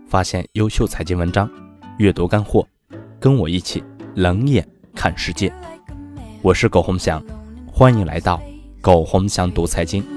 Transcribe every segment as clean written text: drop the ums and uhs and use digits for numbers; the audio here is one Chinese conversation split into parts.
发现优秀财经文章，阅读干货，跟我一起冷眼看世界。我是苟洪祥，欢迎来到苟洪祥读财经。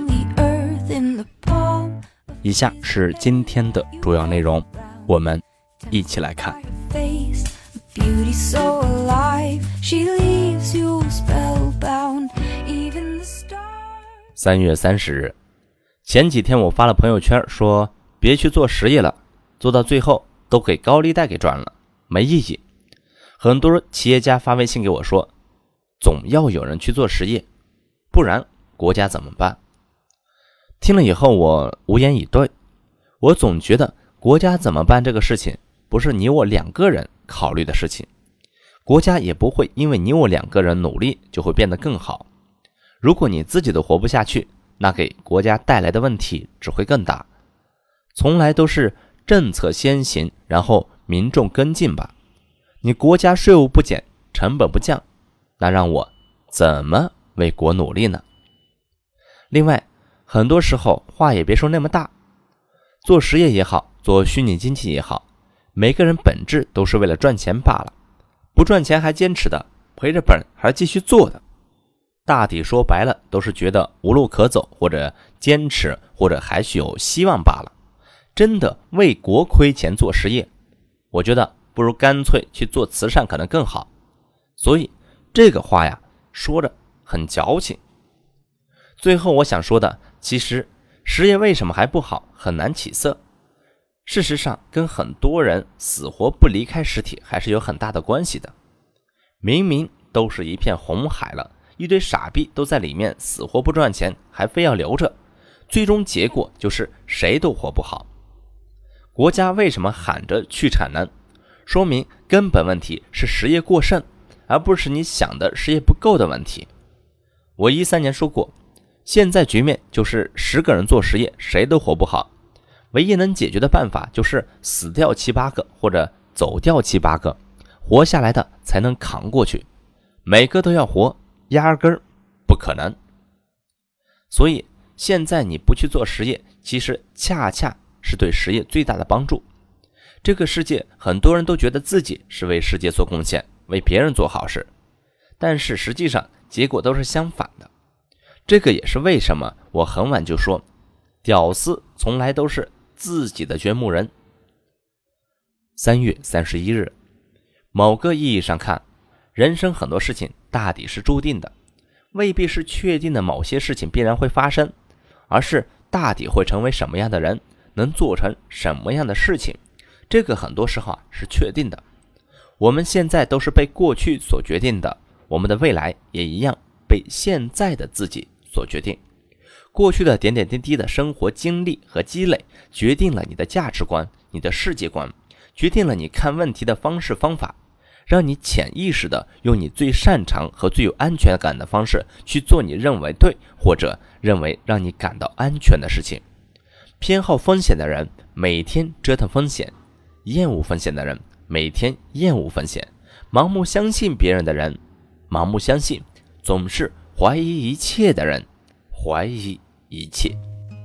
以下是今天的主要内容，我们一起来看。3月30日，前几天我发了朋友圈说别去做实业了，做到最后都给高利贷给赚了，没意义。很多企业家发微信给我说，总要有人去做实业，不然国家怎么办？听了以后我无言以对。我总觉得国家怎么办这个事情不是你我两个人考虑的事情，国家也不会因为你我两个人努力就会变得更好。如果你自己都活不下去，那给国家带来的问题只会更大。从来都是政策先行，然后民众跟进吧。你国家税务不减，成本不降，那让我怎么为国努力呢？另外，很多时候话也别说那么大，做实业也好，做虚拟经济也好，每个人本质都是为了赚钱罢了。不赚钱还坚持的，赔着本还继续做的，大抵说白了都是觉得无路可走，或者坚持，或者还许有希望罢了。真的为国亏钱做实业，我觉得不如干脆去做慈善可能更好。所以这个话呀，说着很矫情。最后我想说的，其实实业为什么还不好，很难起色。事实上跟很多人死活不离开实体还是有很大的关系的。明明都是一片红海了，一堆傻逼都在里面死活不赚钱，还非要留着，最终结果就是谁都活不好。国家为什么喊着去产能？说明根本问题是实业过剩，而不是你想的实业不够的问题。我13年说过，现在局面就是10个人做实业，谁都活不好。唯一能解决的办法就是死掉7、8个，或者走掉7、8个，活下来的才能扛过去。每个都要活，压根儿不可能。所以现在你不去做实业，其实恰恰是对实业最大的帮助。这个世界很多人都觉得自己是为世界做贡献，为别人做好事，但是实际上结果都是相反的。这个也是为什么我很晚就说，屌丝从来都是自己的掘墓人。3月31日，某个意义上看，人生很多事情大抵是注定的，未必是确定的某些事情必然会发生，而是大抵会成为什么样的人，能做成什么样的事情，这个很多时候是确定的。我们现在都是被过去所决定的，我们的未来也一样被现在的自己所决定。过去的点点滴滴的生活经历和积累，决定了你的价值观，你的世界观，决定了你看问题的方式方法，让你潜意识的用你最擅长和最有安全感的方式去做你认为对，或者认为让你感到安全的事情。偏好风险的人每天折腾风险，厌恶风险的人每天厌恶风险，盲目相信别人的人盲目相信，总是怀疑一切的人怀疑一切。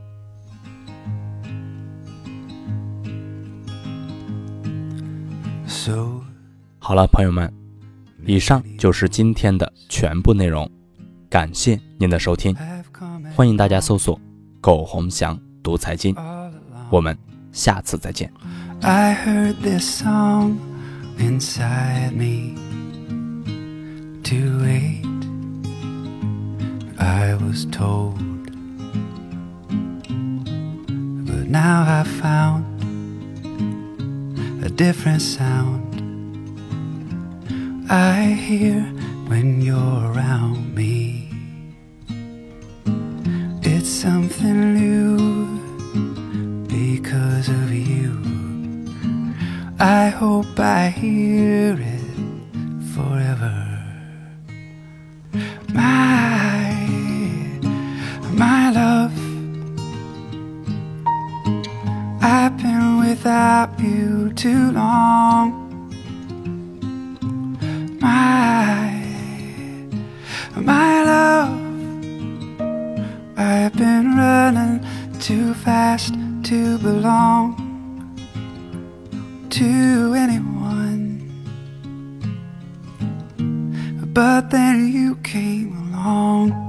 好了，朋友们，以上就是今天的全部内容，感谢您的收听，欢迎大家搜索苟洪祥读财经，我们下次再见。 I heard this song inside me to wait. I was told, but now I found a different sound I hear when you're around me. It's something new because of you. I hope I hear it forever. My love, I've been without you too long. My love, I've been running too fast to belong. to anyone. But then you came along.